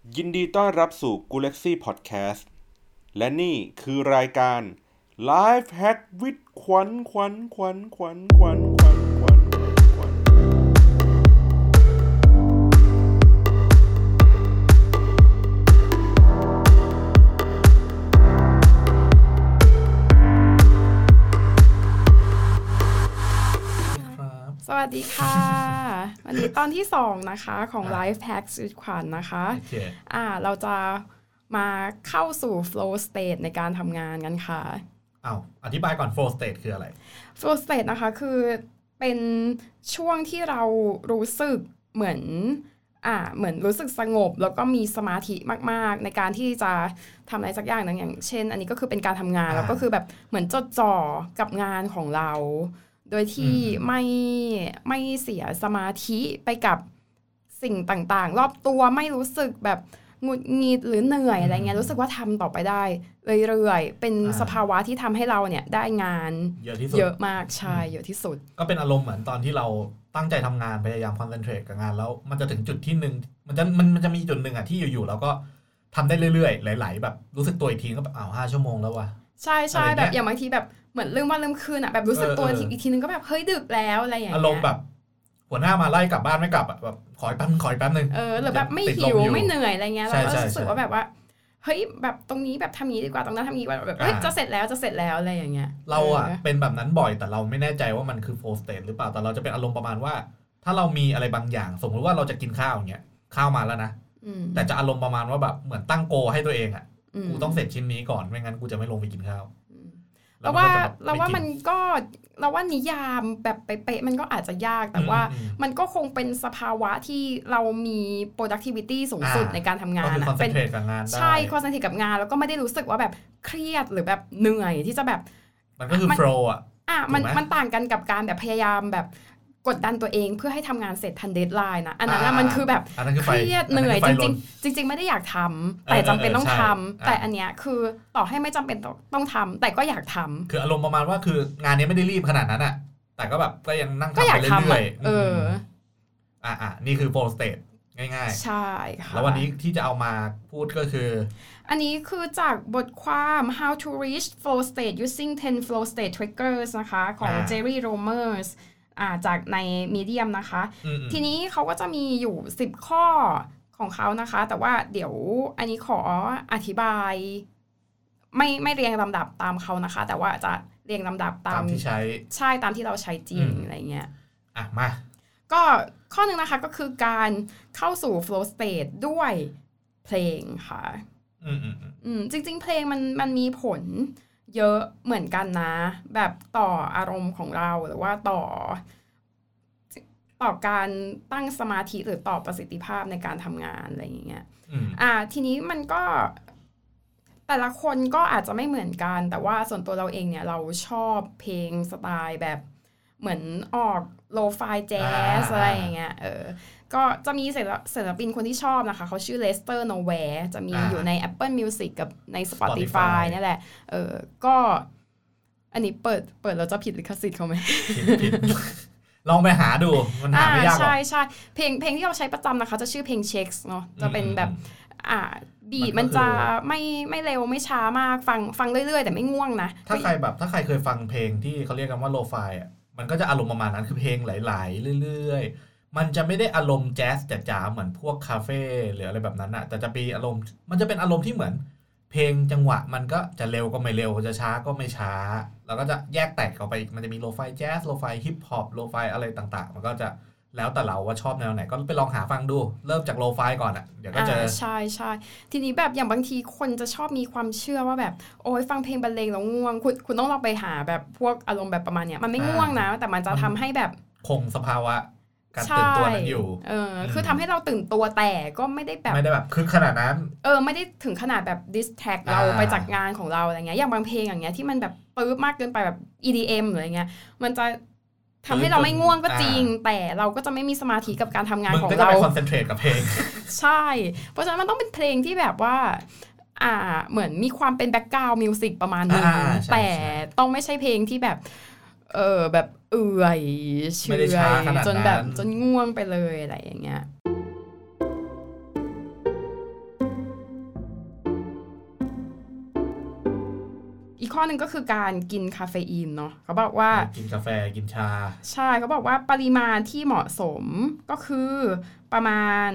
ยินดีต้อนรับสู่ Galaxy Podcast และนี่คือรายการ Life Hack with ขวัญสวัสดีค่ะ วันนี้ตอนที่2นะคะของ Life Hacks with ขวัญนะคะ เราจะมาเข้าสู่ flow state ในการทำงานกันค่ะอธิบายก่อน flow state คืออะไร flow state นะคะคือเป็นช่วงที่เรารู้สึกเหมือนรู้สึกสงบแล้วก็มีสมาธิมากๆในการที่จะทำอะไรสักอย่างนึงอย่างเช่นอันนี้ก็คือเป็นการทำงานแล้วก็คือแบบเหมือนจดจ่อกับงานของเราโดยที่ไม่เสียสมาธิไปกับสิ่งต่างๆรอบตัวไม่รู้สึกแบบหงุดหงิดหรือเหนื่อยอะไรเงี้ยรู้สึกว่าทำต่อไปได้เรื่อยๆเป็นสภาวะที่ทำให้เราเนี่ยได้งานเยอะมากใช่เยอะที่สุดก็เป็นอารมณ์เหมือนตอนที่เราตั้งใจทำงานพยายามคอนเซนเทรตกับงานแล้วมันจะถึงจุดที่นึงมันจะมีจุดนึงอ่ะที่อยู่ๆแล้วก็ทำได้เรื่อยๆไหลๆแบบรู้สึกตัวอีกทีก็แบบ5 ชั่วโมงแล้วว่ะใช่ๆแบบอย่างบางทีแบบเหมือนลืมวันลืมคืนอ่ะแบบรู้สึกตัวอีกทีนึงก็แบบเฮ้ยดึกแล้วอะไรอย่างเงี้ยอารมณ์แบบหัวหน้ามาไล่กลับบ้านไม่กลับอ่ะแบบขออีกแป๊บนึงหรือแบบไม่หิวไม่เหนื่อยอะไรเงี้ยเราก็รู้สึกว่าแบบว่าเฮ้ยแบบตรงนี้แบบทำงี้ดีกว่าตรงนั้นทำงี้ดีกว่าแบบเฮ้ยจะเสร็จแล้วอะไรอย่างเงี้ยเราอ่ะเป็นแบบนั้นบ่อยแต่เราไม่แน่ใจว่ามันคือ flow state หรือเปล่าแต่เราจะเป็นอารมณ์ประมาณว่าถ้าเรามีอะไรบางอย่างสมมติว่าเราจะกินข้าวอย่างเงี้ยข้าวมาแล้วนะแต่จะอารมณ์ประมาณว่าแบบเหมือนตั้งโกให้ตัวเองอ่ะกูต้องเสร็จชิ้นนี้ก่อนไม่งั้นกูจะไม่ลงไปกินข้าวเราว่ามันก็เราว่านิยามแบบเป๊ะๆมันก็อาจจะยากแต่ว่ามันก็คงเป็นสภาวะที่เรามี productivity สูงสุดในการทำงานเป็น concentrate กับงานได้ใช่ concentrate กับงานแล้วก็ไม่ได้รู้สึกว่าแบบเครียดหรือแบบเหนื่อยที่จะแบบมันก็คือ flow มันต่างกันกับการแบบพยายามแบบกดดันตัวเองเพื่อให้ทำงานเสร็จทันเดดไลน์นะอันนั้นมันคือแบบเครียดเหนื่อยจริงไม่ได้อยากทำแต่จำเป็นต้องทำแต่อันเนี้ยคือต่อให้ไม่จำเป็นต้องทำแต่ก็อยากทำคืออารมณ์ประมาณว่าคืองานนี้ไม่ได้รีบขนาดนั้นอ่ะแต่ก็แบบก็ยังนั่งทำไปเรื่อยๆนี่คือ flow state ง่ายๆใช่ค่ะแล้ววันนี้ที่จะเอามาพูดก็คืออันนี้คือจากบทความ How to Reach Flow State Using 10 Flow State Triggers นะคะของ Jerry Romersจากใน Medium นะคะทีนี้เขาก็จะมีอยู่10ข้อของเขานะคะแต่ว่าเดี๋ยวอันนี้ขออธิบายไม่เรียงลำดับตามเขานะคะแต่ว่าจะเรียงลำดับตามที่ใช่ตามที่เราใช้จริงอะไรเงี้ยมาก็ข้อนึงนะคะก็คือการเข้าสู่ flow state ด้วยเพลงค่ะจริงๆเพลงมันมีผลเยอะเหมือนกันนะแบบต่ออารมณ์ของเราหรือว่าต่อการตั้งสมาธิหรือต่อประสิทธิภาพในการทำงานอะไรอย่างเงี้ยทีนี้มันก็แต่ละคนก็อาจจะไม่เหมือนกันแต่ว่าส่วนตัวเราเองเนี่ยเราชอบเพลงสไตล์แบบเหมือนออกโลฟายแจ๊สอะไรอย่างเงี้ยก็จะมีศิลปินคนที่ชอบนะคะเขาชื่อ Lester Nowhere จะมีอยู่ใน Apple Music กับใน Spotify นี่แหละก็อันนี้เปิดเราจะผิดลิขสิทธิ์เขาไหมผิดลองไปหาดูมันหาไม่ยากหรอกใช่เพลงที่เราใช้ประจำนะคะจะชื่อเพลง Checks เนาะจะเป็นแบบบีทมันจะไม่เร็วไม่ช้ามากฟังเรื่อยๆแต่ไม่ง่วงนะถ้าใครเคยฟังเพลงที่เขาเรียกกันว่าโลฟายมันก็จะอารมณ์ประมาณนั้นคือเพลงไหลๆเรื่อยๆมันจะไม่ได้อารมณ์แจ๊สจ๋าๆเหมือนพวกคาเฟ่หรืออะไรแบบนั้นแต่จะมีอารมณ์มันจะเป็นอารมณ์ที่เหมือนเพลงจังหวะมันก็จะเร็วก็ไม่เร็วจะช้าก็ไม่ช้าแล้วก็จะแยกแตกออกไปอีกมันจะมีโลฟายแจ๊สโลฟายฮิปฮอปโลฟายอะไรต่างๆมันก็จะแล้วแต่เราว่าชอบแนวไหนก็ไปลองหาฟังดูเริ่มจากโลฟายก่อนเดี๋ยวก็เจอใช่ทีนี้แบบอย่างบางทีคนจะชอบมีความเชื่อว่าแบบโอ๊ยฟังเพลงบรรเลงแล้วง่วงคุณต้องลองไปหาแบบพวกอารมณ์แบบประมาณเนี้ยมันไม่ง่วงนะแต่มันจะทำให้แบบคงสภาวะการตื่นตัวนั้นอยู่คือทำให้เราตื่นตัวแต่ก็ไม่ได้แบบคึกขนาดนั้นไม่ได้ถึงขนาดแบบ distract เราไปจากงานของเราอะไรเงี้ยอย่างบางเพลงอย่างเงี้ยที่มันแบบปึ๊บมากเกินไปแบบ EDM หรืออะไรเงี้ยมันจะทำให้เราไม่ง่วงก็จริงแต่เราก็จะไม่มีสมาธิกับการทำงานของเรามึงก็จะไปคอนเซนเทรตกับเพลงใช่เพราะฉะนั้นมันต้องเป็นเพลงที่แบบว่าเหมือนมีความเป็นแบ็คกราวด์มิวสิกประมาณนึงแต่ต้องไม่ใช่เพลงที่แบบแบบเอื่อยเฉื่อยจนแบบจนง่วงไปเลยอะไรอย่างเงี้ยอีกข้อนึงก็คือการกินคาเฟอีนเนาะเขาบอกว่ากินกาแฟกินชาใช่เขาบอกว่าปริมาณที่เหมาะสมก็คือประมาณ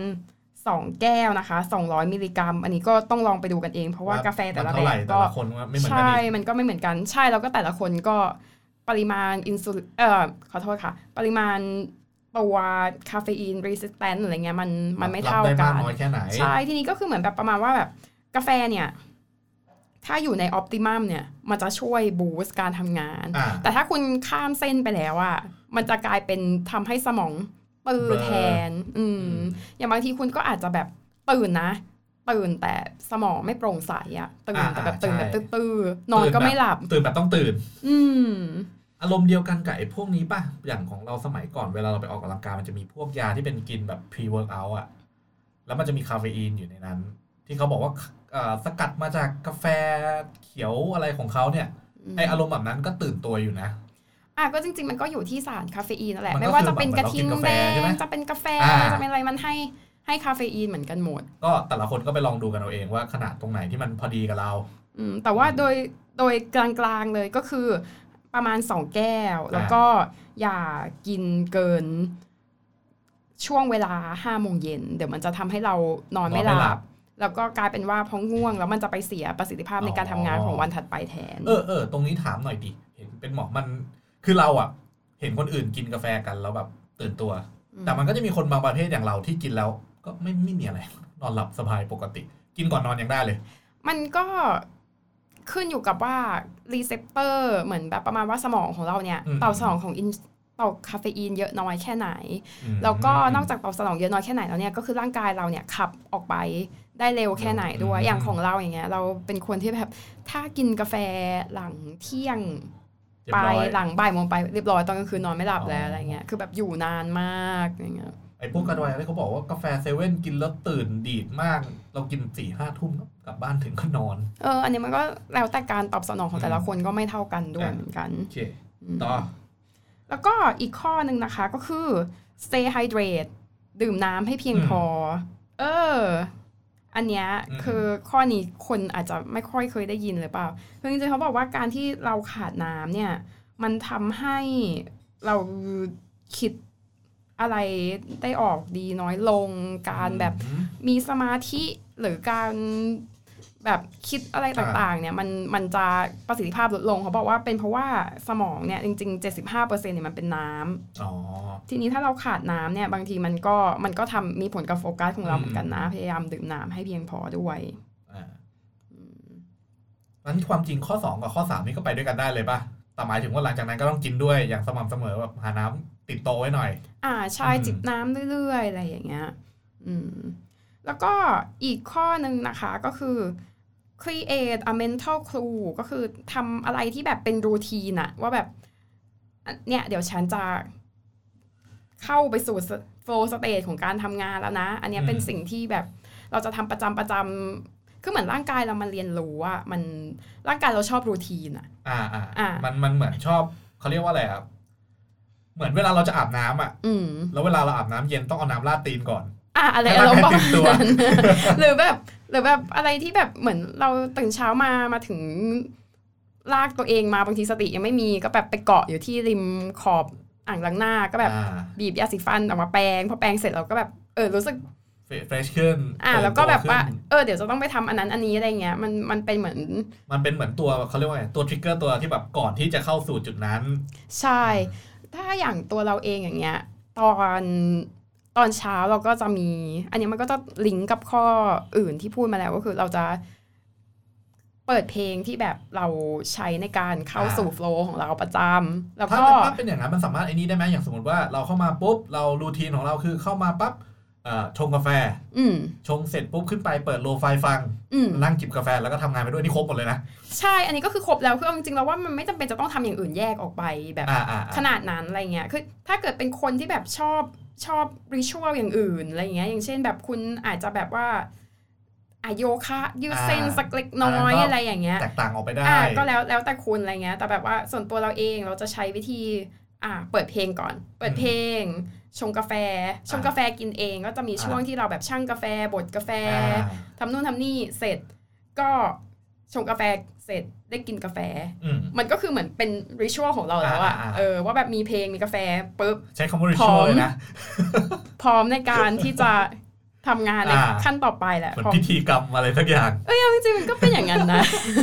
2แก้วนะคะ200มิลลิกรัมอันนี้ก็ต้องลองไปดูกันเองเพราะว่ากาแฟแต่ละแบบก็ใช่มันก็ไม่เหมือนกันใช่แล้วก็แต่ละคนก็ปริมาณอินซูลินขอโทษค่ะปริมาณตัวคาเฟอีนรีสิสแตนต์อะไรเงี้ยมันไม่เท่ากันใช่ทีนี้ก็คือเหมือนแบบประมาณว่าแบบกาแฟเนี่ยถ้าอยู่ในออปติมัมเนี่ยมันจะช่วยบูสต์การทำงานแต่ถ้าคุณข้ามเส้นไปแล้วอ่ะมันจะกลายเป็นทำให้สมองตื่นแทนอย่างบางทีคุณก็อาจจะแบบตื่นแต่สมองไม่โปร่งใสอ่ะตื่นแต่แบบตื่นแบบตื้อๆนอนก็ไม่หลับตื่นแบบต้องตื่นอารมณ์เดียวกันกับไอ้พวกนี้ป่ะอย่างของเราสมัยก่อนเวลาเราไปออกกำลังกายมันจะมีพวกยาที่เป็นกินแบบ pre-workout อ่ะแล้วมันจะมีคาเฟอีนอยู่ในนั้นที่เขาบอกว่าสกัดมาจากกาแฟเขียวอะไรของเขาเนี่ยไออารมณ์แบบนั้นก็ตื่นตัวอยู่นะก็จริงๆมันก็อยู่ที่สารคาเฟอีนนั่นแหละไม่ว่าจะเป็นกระทิงแดงจะเป็นกาแฟจะเป็นอะไรมันให้คาเฟอีนเหมือนกันหมดก็แต่ละคนก็ไปลองดูกันเอาเองว่าขนาดตรงไหนที่มันพอดีกับเราแต่ว่าโดยกลางๆเลยก็คือประมาณ2แก้วแล้วก็อย่ากินเกินช่วงเวลา 5 โมงเย็นเดี๋ยวมันจะทำให้เรานอนไม่หลับแล้วก็กลายเป็นว่าพอง่วงแล้วมันจะไปเสียประสิทธิภาพในการทำงานของวันถัดไปแทนตรงนี้ถามหน่อยดิเห็นเป็นหมอมันคือเราอ่ะเห็นคนอื่นกินกาแฟกันแล้วแบบตื่นตัวแต่มันก็จะมีคนบางประเภทอย่างเราที่กินแล้วก็ไม่มีอะไรนอนหลับสบายปกติกินก่อนนอนยังได้เลยมันก็ขึ้นอยู่กับว่ารีเซปเตอร์เหมือนแบบประมาณว่าสมองของเราเนี่ยตอบสนองของต่อคาเฟอีนเยอะน้อยแค่ไหนแล้วก็นอกจากตอบสนองเยอะน้อยแค่ไหนแล้วเนี่ยก็คือร่างกายเราเนี่ยขับออกไปได้เร็วแค่ไหนด้วยอย่างของเราอย่างเงี้ยเราเป็นคนที่แบบถ้ากินกาแฟหลังเที่ยงไปหลังบ่ายโมงไปเรียบร้อยตอนกลางคืนนอนไม่หลับแล้วอะไรเงี้ยคือแบบอยู่นานมากอย่างเงี้ยไอ้พวกกระดอยที่เขาบอกว่ากาแฟเซเว่นกินแล้วตื่นดีดมากเรากิน 4-5 ทุ่มกลับบ้านถึงก็นอนอันนี้มันก็แล้วแต่การตอบสนองของแต่ละคนก็ไม่เท่ากันด้วยเหมือนกันโอเคต่อแล้วก็อีกข้อนึงนะคะก็คือ stay hydrate ดื่มน้ำให้เพียงพออันเนี้ยคือข้อนี้คนอาจจะไม่ค่อยเคยได้ยินหรือเปล่าคือจริงๆเขาบอกว่าการที่เราขาดน้ำเนี่ยมันทำให้เราคิดอะไรได้ออกดีน้อยลงการแบบมีสมาธิหรือการแบบคิดอะไรต่างๆเนี่ยมันจะประสิทธิภาพลดลงเขาบอกว่าเป็นเพราะว่าสมองเนี่ยจริงๆ 75% เนี่ยมันเป็นน้ำทีนี้ถ้าเราขาดน้ำเนี่ยบางทีมันก็ทำมีผลกับโฟกัสของเราเหมือนกันนะพยายามดื่มน้ำให้เพียงพอด้วยนั้นความจริงข้อ2กับข้อ3นี่ก็ไปด้วยกันได้เลยป่ะแต่หมายถึงว่าหลังจากนั้นก็ต้องกินด้วยอย่างสม่ำเสมอแบบหาน้ำติดโตไว้หน่อยใช่จิบน้ำเรื่อยๆอะไรอย่างเงี้ยแล้วก็อีกข้อนึงนะคะก็คือ create a mental clue ก็คือทำอะไรที่แบบเป็นรูทีนอะว่าแบบเนี่ยเดี๋ยวฉันจะเข้าไปสู่ flow state ของการทำงานแล้วนะอันนี้เป็นสิ่งที่แบบเราจะทำประจำคือเหมือนร่างกายเรามันเรียนรู้ว่ามันร่างกายเราชอบรูทีนอะมันเหมือนชอบเขาเรียกว่าอะไรครับเหมือนเวลาเราจะอาบน้ำอ่ะแล้วเวลาเราอาบน้ำเย็นต้องเอาน้ำราดตีนก่อนอะไรเราบอกหรือแบบอะไรที่แบบเหมือนเราตื่นเช้ามาถึงลากตัวเองมาบางทีสติยังไม่มีก็แบบไปเกาะอยู่ที่ริมขอบอ่างล้างหน้าก็แบบบีบยาสีฟันออกมาแปรงพอแปรงเสร็จเราก็แบบรู้สึกเฟรชขึ้นแล้วก็แบบว่าเดี๋ยวจะต้องไปทำอันนั้นอันนี้อะไรเงี้ยมันเป็นเหมือนตัวเขาเรียกว่าไงตัวทริกเกอร์ตัวที่แบบก่อนที่จะเข้าสู่จุดนั้นใช่ถ้าอย่างตัวเราเองอย่างเงี้ยตอนเช้าเราก็จะมีอันนี้มันก็จะลิงก์กับข้ออื่นที่พูดมาแล้วก็คือเราจะเปิดเพลงที่แบบเราใช้ในการเข้าสู่โฟลว์ของเราประจำแล้วก็ถ้าเป็นอย่างนั้นมันสามารถไอ้นี้ได้ไหมอย่างสมมติว่าเราเข้ามาปุ๊บเรารูทีนของเราคือเข้ามาปั๊บชงกาแฟชงเสร็จปุ๊บขึ้นไปเปิดโลไฟฟังนั่งจิบกาแฟแล้วก็ทำงานไปด้วยนี่ครบหมดเลยนะใช่อันนี้ก็คือครบแล้วคือจริงๆแล้วว่ามันไม่จำเป็นจะต้องทำอย่างอื่นแยกออกไปแบบขนาดนั้นอะไรเงี้ยคือถ้าเกิดเป็นคนที่แบบชอบริชวลอย่างอื่นอะไรเงี้ยอย่างเช่นแบบคุณอาจจะแบบว่าโยคะยืดเส้นสักเล็กน้อยอะไรอย่างเงี้ยแตกต่างออกไปได้ก็แล้วแต่คุณอะไรเงี้ยแต่แบบว่าส่วนตัวเราเองเราจะใช้วิธีเปิดเพลงก่อนเปิดเพลงชงกาแฟกินเองก็จะมีช่วงที่เราแบบชั่งกาแฟบดกาแฟทำนู่นทำนี่เสร็จก็ชงกาแฟเสร็จได้กินกาแฟมันก็คือเหมือนเป็นริชวลของเราแล้วอะว่าแบบมีเพลงมีกาแฟปุ๊บใช้คำว่าริชวลเลยนะพร้อมในการที่จะทำงานในขั้นต่อไปแหละเหมือนพิธีกรรมอะไรสักอย่างจริงๆมันก็เป็นอย่างนั้นนะ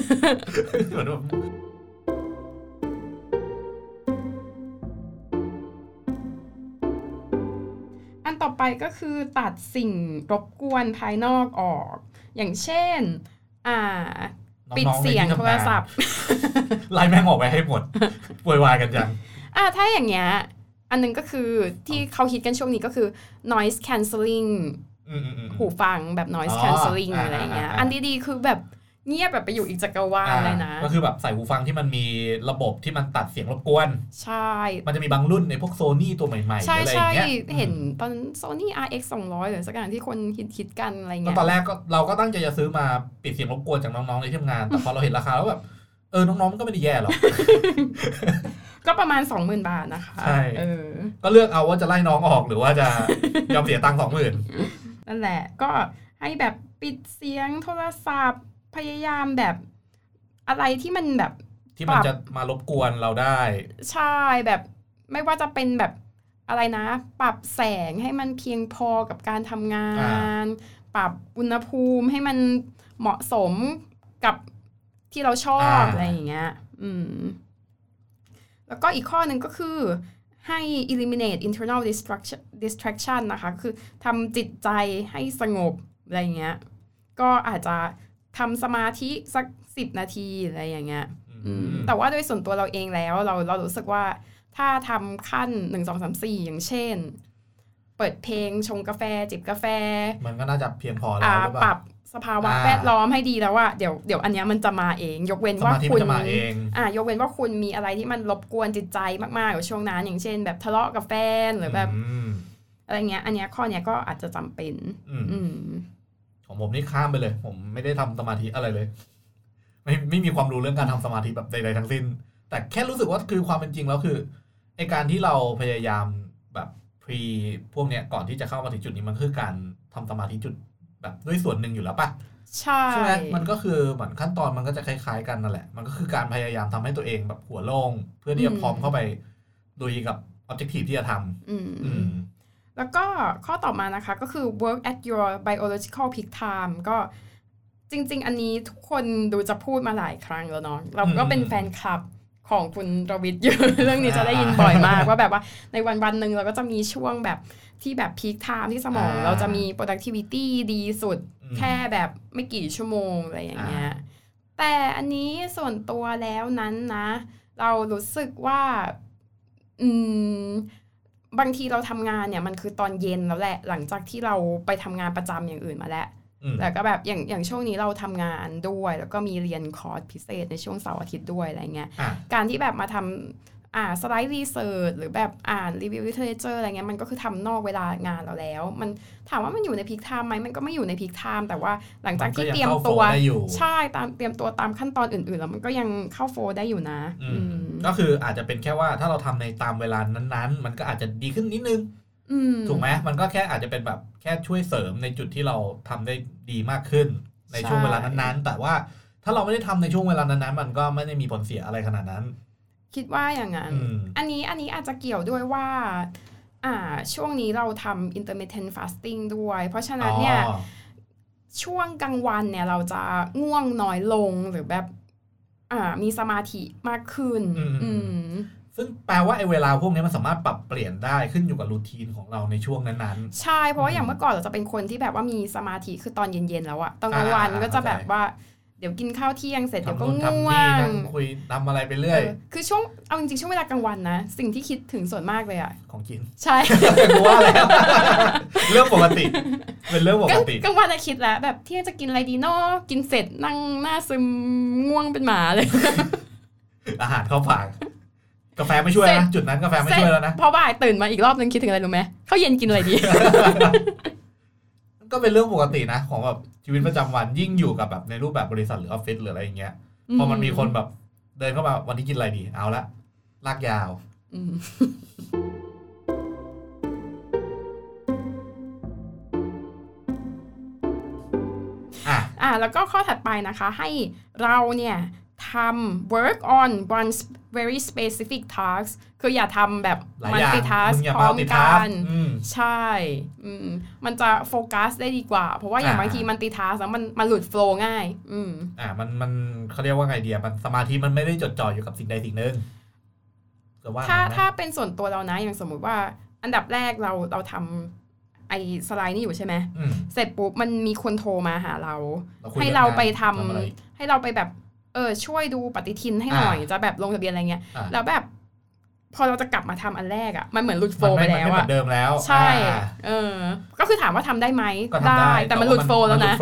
อันต่อไปก็คือตัดสิ่งรบกวนภายนอกออกอย่างเช่นปิดเสียงโทรศัพท์ไล่แม่งออกไปให้หมดป่วยวายกันจังถ้าอย่างเงี้ยอันนึงก็คือที่เขาฮิตกันช่วงนี้ก็คือ noise cancelling หูฟังแบบ noise cancelling อะไรเงี้ยอันดีๆคือแบบเงียบแบบไปอยู่อีกจักรวาลเลยนะก็คือแบบใส่หูฟังที่มันมีระบบที่มันตัดเสียงรบกวนใช่มันจะมีบางรุ่นในพวก Sony ตัวใหม่ๆอะไรอย่างเงี้ยเห็นตอน Sony RX 200หรือสักอย่างที่คนฮิตกันอะไรเงี้ยตอนแรกก็เราก็ตั้งใจจะซื้อมาปิดเสียงรบกวนจากน้องๆในที่ทำงานแต่พอเราเห็นราคาแล้วแบบน้องๆมันก็ไม่ได้แย่หรอกก็ประมาณ 20,000 บาทนะคะใช่ก็เลือกเอาว่าจะไล่น้องออกหรือว่าจะยอมเสียตังค์ 20,000 นั่นแหละก็ให้แบบปิดเสียงโทรศัพท์พยายามแบบอะไรที่มันแบบที่มันจะมารบกวนเราได้ใช่แบบไม่ว่าจะเป็นแบบอะไรนะปรับแสงให้มันเพียงพอกับการทำงานปรับอุณหภูมิให้มันเหมาะสมกับที่เราชอบอะไรอย่างเงี้ยแล้วก็อีกข้อหนึ่งก็คือให้ eliminate internal distraction นะคะคือทำจิตใจให้สงบอะไรอย่างเงี้ยก็อาจจะทำสมาธิสัก10 นาทีอะไรอย่างเงี้ยแต่ว่าโดยส่วนตัวเราเองแล้วเรารู้สึกว่าถ้าทำขั้น1 2 3 4อย่างเช่นเปิดเพลงชงกาแฟจิบกาแฟมันก็น่าจะเพียงพอแล้วหรือเปล่าปรับสภาวะแวดล้อมให้ดีแล้วว่าเดี๋ยวอันนี้มันจะมาเองยกเว้นว่าคุณยกเว้นว่าคุณมีอะไรที่มันรบกวนจิตใจมากๆในช่วงนั้นอย่างเช่นแบบทะเลาะกับแฟนหรือแบบอะไรเงี้ยอันนี้ข้อเนี้ยก็อาจจะจำเป็นของผมนี่ข้ามไปเลยผมไม่ได้ทำสมาธิอะไรเลยไม่มีความรู้เรื่องการทำสมาธิแบบใดๆทั้งสิ้นแต่แค่รู้สึกว่าคือความเป็นจริงแล้วคือไอการที่เราพยายามแบบพวกเนี้ยก่อนที่จะเข้ามาถึงจุดนี้มันคือการทำสมาธิจุดแบบด้วยส่วนหนึ่งอยู่แล้วป่ะใช่ไหมมันก็คือเหมือนขั้นตอนมันก็จะคล้ายๆกันนั่นแหละมันก็คือการพยายามทำให้ตัวเองแบบหัวโล่งเพื่อที่จะพร้อมเข้าไปลุยกับ objective ที่จะทำแล้วก็ข้อต่อมานะคะก็คือ work at your biological peak time ก็จริงๆอันนี้ทุกคนดูจะพูดมาหลายครั้งแล้วเนาะเราก็เป็นแฟนคลับของคุณรวิทย์อยู่ เรื่องนี้จะได้ยินบ่อยมากว่าแบบว่าในวันๆนึงเราก็จะมีช่วงแบบที่แบบ peak time ที่สมองเราจะมี productivity ดีสุดแค่แบบไม่กี่ชั่วโมงอะไรอย่างเงี้ยแต่อันนี้ส่วนตัวแล้วนั้นนะเรารู้สึกว่าบางทีเราทำงานเนี่ยมันคือตอนเย็นแล้วแหละหลังจากที่เราไปทำงานประจำอย่างอื่นมาแล้วแล้วก็แบบอย่างช่วงนี้เราทำงานด้วยแล้วก็มีเรียนคอร์สพิเศษในช่วงเสาร์อาทิตย์ด้วยอะไรเงี้ยการที่แบบมาทำสไลด์รีเสิร์ชหรือแบบอ่านรีวิวลิเทอเรเจอร์อะไรเงี้ยมันก็คือทำนอกเวลางานเราแล้วมันถามว่ามันอยู่ในพีคไทม์ไหมมันก็ไม่อยู่ในพีคไทม์แต่ว่าหลังจากที่เตรียมตัวใช่เตรียมตัวตามขั้นตอนอื่นๆแล้วมันก็ยังเข้าโฟล์ได้อยู่นะก็คืออาจจะเป็นแค่ว่าถ้าเราทำในตามเวลานั้นๆมันก็อาจจะดีขึ้นนิดนึงถูกไหมมันก็แค่อาจจะเป็นแบบแค่ช่วยเสริมในจุดที่เราทำได้ดีมากขึ้นในช่วงเวลานั้นๆแต่ว่าถ้าเราไม่ได้ทำในช่วงเวลานั้นๆมันก็ไม่ได้มีผลเสียอะไรขนาดนั้นคิดว่าอย่างนั้นอันนี้อาจจะเกี่ยวด้วยว่าช่วงนี้เราทำ intermittent fasting ด้วยเพราะฉะนั้นเนี่ยช่วงกลางวันเนี่ยเราจะง่วงน้อยลงหรือแบบมีสมาธิมากขึ้นซึ่งแปลว่าไอ้เวลาพวกนี้มันสามารถปรับเปลี่ยนได้ขึ้นอยู่กับรูทีนของเราในช่วงนั้นๆใช่เพราะว่าอย่างเมื่อก่อนเราจะเป็นคนที่แบบว่ามีสมาธิคือตอนเย็นๆแล้วอะตอนกลางวันก็จะแบบว่าเดี๋ยวกินข้าวเที่ยงเสร็จเดี๋ยวก็ง่วงคุยทำอะไรไปเรื่อยคือช่วงเอาจริงๆช่วงเวลากลางวันนะสิ่งที่คิดถึงส่วนมากเลยอะของกินใช่รู้ว่าแล้วเรื่องปกติเป็นเรื่องปกติกลางวันจะคิดแล้วแบบเที่ยงจะกินอะไรดีเนาะกินเสร็จนั่งหน้าซึมง่วงเป็นหมาเลยอาหารเข้าปากกาแฟไม่ช่วยนะจุดนั้นกาแฟไม่ช่วยแล้วนะพอบ่ายตื่นมาอีกรอบนึงคิดถึงอะไรรู้ไหมข้าวเย็นกินอะไรดีก็เป็นเรื่องปกตินะของแบบชีวิตประจำวันยิ่งอยู่กับแบบในรูปแบบบริษัทหรือออฟฟิศหรืออะไรอย่างเงี้ยพอมันมีคนแบบเดินเข้ามาวันที่กินอะไรดีเอาละลากยาวแล้วก็ข้อถัดไปนะคะให้เราเนี่ยทำ work on one very specific task คืออย่าทำแบบ multitask พร้อมกันใช่มันจะโฟกัสได้ดีกว่าเพราะว่าอย่างบางที multitask แล้วมันหลุดโฟลว์ง่ายมันเขาเรียกว่าไงเดียมันสมาธิมันไม่ได้จดจ่ออยู่กับสิ่งใดสิ่งหนึ่งถ้าเป็นส่วนตัวเรานะอย่างสมมุติว่าอันดับแรกเราทำไอ้สไลด์นี่อยู่ใช่ไหมเสร็จปุ๊บมันมีคนโทรมาหาเราให้เราไปทำให้เราไปแบบช่วยดูปฏิทินให้หน่อยจะแบบลงทะเบียนอะไรเงี้ยแล้วแบบพอเราจะกลับมาทำอันแรกอ่ะมันเหมือนหลุดโฟลไปแล้วอ่ะเดิมแล้วใช่ก็คือถามว่าทำได้ไหมได้แต่มันหลุดโฟลแล้วนะ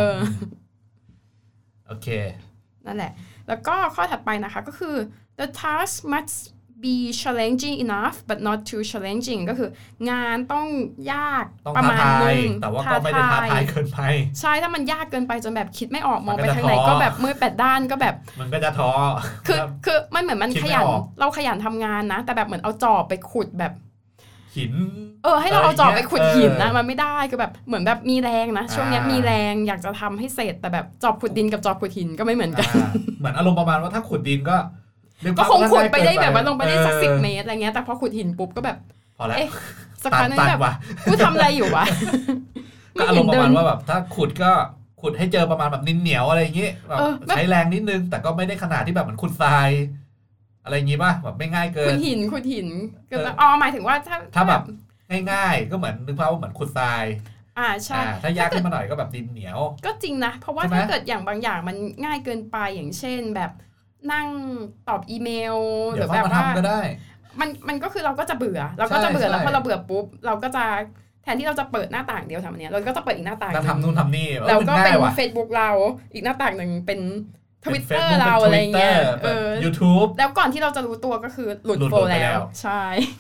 โอเคนั่นแหละแล้วก็ข้อถัดไปนะคะก็คือ the task must be challenging enough but not too challenging ก็คืองานต้องยากประมาณนึงแต่ว่าก็ไม่ได้ท้าทายเกินไปใช่ถ้ามันยากเกินไปจนแบบคิดไม่ออกมองไปทางไหนก็แบบมืดแปดด้านก็แบบมันก็จะท้อคือมันเหมือนมันขยันเราขยันทำงานนะแต่แบบเหมือนเอาจอบไปขุดแบบหินให้เราเอาจอบไปขุดหินนะมันไม่ได้คือแบบเหมือนแบบมีแรงนะช่วงนี้มีแรงอยากจะทำให้เสร็จแต่แบบจอบขุดดินกับจอบขุดหินก็ไม่เหมือนกันเหมือนอารมณ์ประมาณว่าถ้าขุดดินก็คงขุดไปได้แบบว่าลงไปได้สัก10 เมตรอะไรเงี้ยแต่พอขุดหินปุ๊บก็แบบพอแล้วสักพักนึงแบบกูทำอะไรอยู่วะก็อารมณ์ประมาณว่าแบบถ้าขุดก็ขุดให้เจอประมาณแบบนิ้นเหนียวอะไรอย่างงี้แบบใช้แรงนิดนึงแต่ก็ไม่ได้ขนาดที่แบบเหมือนขุดทรายอะไรอย่างงี้ป่ะแบบไม่ง่ายเกินขุดหินก็หมายถึงว่าถ้าแบบง่ายๆก็เหมือนนึกภาพว่าเหมือนขุดทรายใช่ถ้ายากขึ้นมาหน่อยก็แบบดินเหนียวก็จริงนะเพราะว่าถ้าเกิดอย่างบางอย่างมันง่ายเกินไปอย่างเช่นแบบนั่งตอบอีเมลหรือแบบว่ามันก็คือเราก็จะเบื่อแล้วพอเราเบื่อปุ๊บเราก็จะแทนที่เราจะเปิดหน้าต่างเดียวทำอันเนี้ยเราก็จะเปิดอีกหน้าต่างทำนู่นทำนี่แล้วก็เป็น Facebook เราอีกหน้าต่างหนึ่งเป็น Twitter เราอะไรเงี้ย YouTube แล้วก่อนที่เราจะรู้ตัวก็คือหลุดโฟลแล้วใช่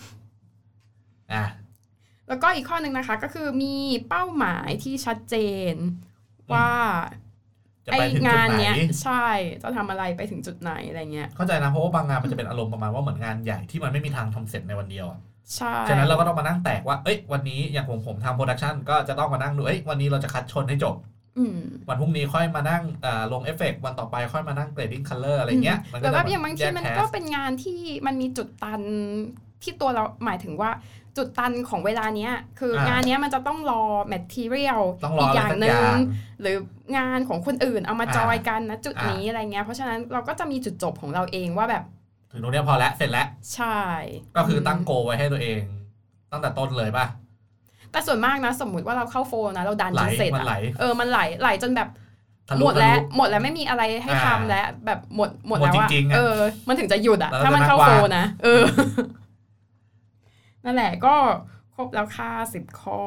แล้วก็อีกข้อนึงนะคะก็คือมีเป้าหมายที่ชัดเจนว่าไองานเนี้ยใช่จะทำอะไรไปถึงจุดไหนอะไรเงี้ยเข้าใจนะเพราะว่าบางงานมันจะเป็นอารมณ์ประมาณว่าเหมือนงานใหญ่ที่มันไม่มีทางทำเสร็จในวันเดียวใช่ฉะนั้นเราก็ต้องมานั่งแตกว่าวันนี้อย่างผมทำโปรดักชันก็จะต้องมานั่งดูวันนี้เราจะคัดชนให้จบวันพรุ่งนี้ค่อยมานั่งลงเอฟเฟกต์วันต่อไปค่อยมานั่งเกรดดิ้งคัลเลอร์อะไรเงี้ยแต่ว่าอย่างบางทีมันก็เป็นงานที่มันมีจุดตันที่ตัวเราหมายถึงว่าจุดตันของเวลาเนี้ยคืองานเนี้ยมันจะต้องรอ material อีกอย่างนึงหรืองานของคนอื่นเอามาจอยกันนะจุดนี้อะไรเงี้ยเพราะฉะนั้นเราก็จะมีจุดจบของเราเองว่าแบบถึงตรงนี้พอแล้วเสร็จแล้วใช่ก็คือตั้งโกไว้ให้ตัวเองตั้งแต่ต้นเลยป่ะแต่ส่วนมากนะสมมุติว่าเราเข้าโฟนะเราดันจนเสร็จมันไหลจนแบบหมดแล้วไม่มีอะไรให้ทำแล้วแบบหมดแล้วอ่ะมันถึงจะหยุดอ่ะถ้ามันเข้าโฟนะนั่นแหละก็ครบแล้วค่า10 ข้อ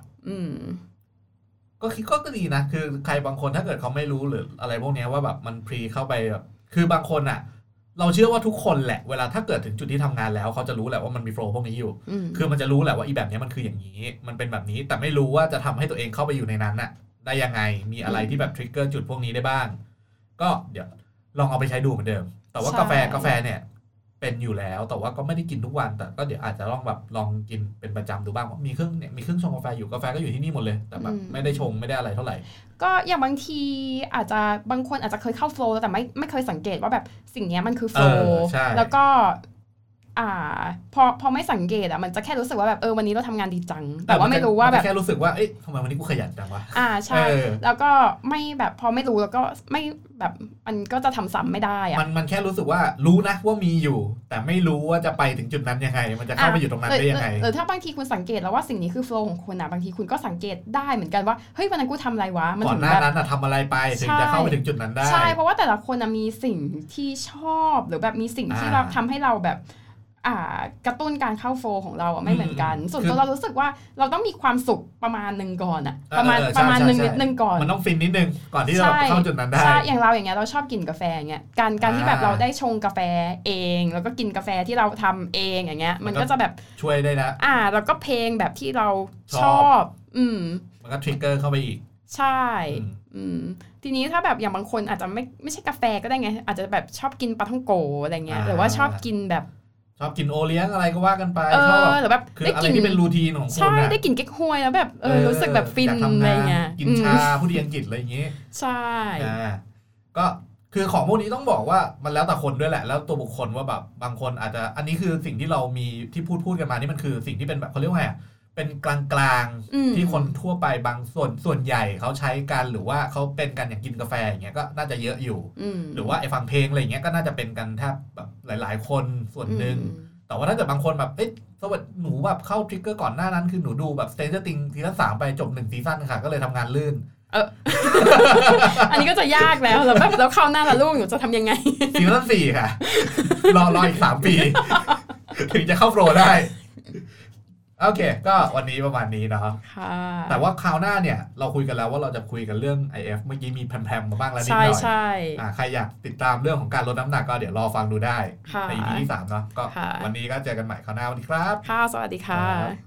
ก็คิดก็ดีนะคือใครบางคนถ้าเกิดเขาไม่รู้หรืออะไรพวกนี้ว่าแบบมันพรีเข้าไปแบบคือบางคนอ่ะเราเชื่อว่าทุกคนแหละเวลาถ้าเกิดถึงจุดที่ทำงานแล้วเขาจะรู้แหละว่ามันมีโฟลว์พวกนี้อยู่คือมันจะรู้แหละว่าอีแบบนี้มันคืออย่างนี้มันเป็นแบบนี้แต่ไม่รู้ว่าจะทำให้ตัวเองเข้าไปอยู่ในนั้นน่ะได้ยังไงมีอะไรที่แบบทริกเกอร์จุดพวกนี้ได้บ้างก็เดี๋ยวลองเอาไปใช้ดูเหมือนเดิมแต่ว่ากาแฟเนี่ยเป็นอยู่แล้วแต่ว่าก็ไม่ได้กินทุกวันแต่ก็เดี๋ยวอาจจะลองกินเป็นประจำดูบ้างมีเครื่องชงกาแฟอยู่กาแฟก็อยู่ที่นี่หมดเลยแต่แบบไม่ได้ชงไม่ได้อะไรเท่าไหร่ก็อย่างบางทีบางคนอาจจะเคยเข้าโฟลว์แต่ไม่เคยสังเกตว่าแบบสิ่งนี้มันคือโฟลว์แล้วก็พอไม่สังเกตมันจะแค่รู้สึกว่าแบบวันนี้เราทำงานดีจังแต่ว่าไม่รู้ว่าแบบแค่รู้สึกว่าทำไมวันนี้กูขยันจังวะใช่แล้วก็ไม่แบบพอไม่รู้แล้วก็ไม่แบบมันก็จะทำซ้ำไม่ได้มันแค่รู้สึกว่ารู้นะว่ามีอยู่แต่ไม่รู้ว่าจะไปถึงจุดนั้นยังไงมันจะเข้าไปอยู่ตรงนั้นได้ยังไงหรือถ้าบางทีคุณสังเกตแล้วว่าสิ่งนี้คือโฟลว์ของคุณบางทีคุณก็สังเกตได้เหมือนกันว่าเฮ้ยวันนั้นกูทำอะไรวะมันถึงแบบนั้นทำอะไรไปถึงจะเข้าไปถึงจุดนั้นได้ใช่เพราะว่าแต่ละคนมีสิ่งที่ชอบหรือแบบมีสิ่งที่เราทำให้เราแบบกระตุ้นการเข้าโฟลของเราไม่เหมือนกันส่วนตัวเรารู้สึกว่าเราต้องมีความสุขประมาณนึงก่อนประมาณนึงนิดนึงก่อนมันต้องฟินนิดนึงก่อนที่เราเข้าจุดนั้นได้ใช่อย่างเราอย่างเงี้ยเราชอบกินกาแฟอย่างเงี้ยการที่แบบเราได้ชงกาแฟเองแล้วก็กินกาแฟที่เราทำเองอย่างเงี้ยมันก็จะแบบช่วยได้นะแล้วก็เพลงแบบที่เราชอบมันก็ทริกเกอร์เข้าไปอีกใช่ทีนี้ถ้าแบบอย่างบางคนอาจจะไม่ใช่กาแฟก็ได้ไงอาจจะแบบชอบกินปลาท่องโกอะไรเงี้ยหรือว่าชอบกินแบบชอบกินโอเลี้ยงอะไรก็ว่ากันไปชอบหรือแบบคืออะไรที่เป็นรูทีนของคุณใช่ได้กินเก๊กฮวยแล้วแบบรู้สึกแบบฟินอะไรเงี้ยกินชาผู้ดีอังกฤษอะไรอย่างงี้ใช่ก็คือของพวกนี้ต้องบอกว่ามันแล้วแต่คนด้วยแหละแล้วตัวบุคคลว่าแบบบางคนอาจจะอันนี้คือสิ่งที่เรามีที่พูดกันมานี่มันคือสิ่งที่เป็นแบบเขาเรียกว่าไงเป็นกลางๆที่คนทั่วไปบางส่วนใหญ่เขาใช้กันหรือว่าเขาเป็นกันอย่างกินกาแฟอย่างเงี้ยก็น่าจะเยอะอยู่หรือว่าไอ้ฟังเพลงอะไรอย่างเงี้ยก็น่าจะเป็นกันแทบแบบหลายๆคนส่วนหนึ่งแต่ว่าถ้าเกิดบางคนแบบสวัสดีหนูแบบเข้าทริกเกอร์ก่อนหน้านั้นคือหนูดูแบบ Stranger Things ซีซั่น 3ไปจบ1ซีซั่นค่ะก็เลยทำงานลื่นอันนี้ก็จะยากแล้วแบบแล้วเข้าหน้าละลูกหนูจะทำยังไงซีซั่น 4ค่ะรออีก3 ปีถึงจะเข้าโปรได้โอเคก็วันนี้ประมาณนี้เนาะแต่ว่าคราวหน้าเนี่ยเราคุยกันแล้วว่าเราจะคุยกันเรื่อง IF เมื่อกี้มีแพรมๆมาบ้างแล้วนิดหน่อยใช่ใครอยากติดตามเรื่องของการลดน้ำหนักก็เดี๋ยวรอฟังดูได้ใน EP ที่ 3เนาะก็วันนี้ก็เจอกันใหม่คราวหน้าวันนี้ครับค่ะสวัสดีค่ะ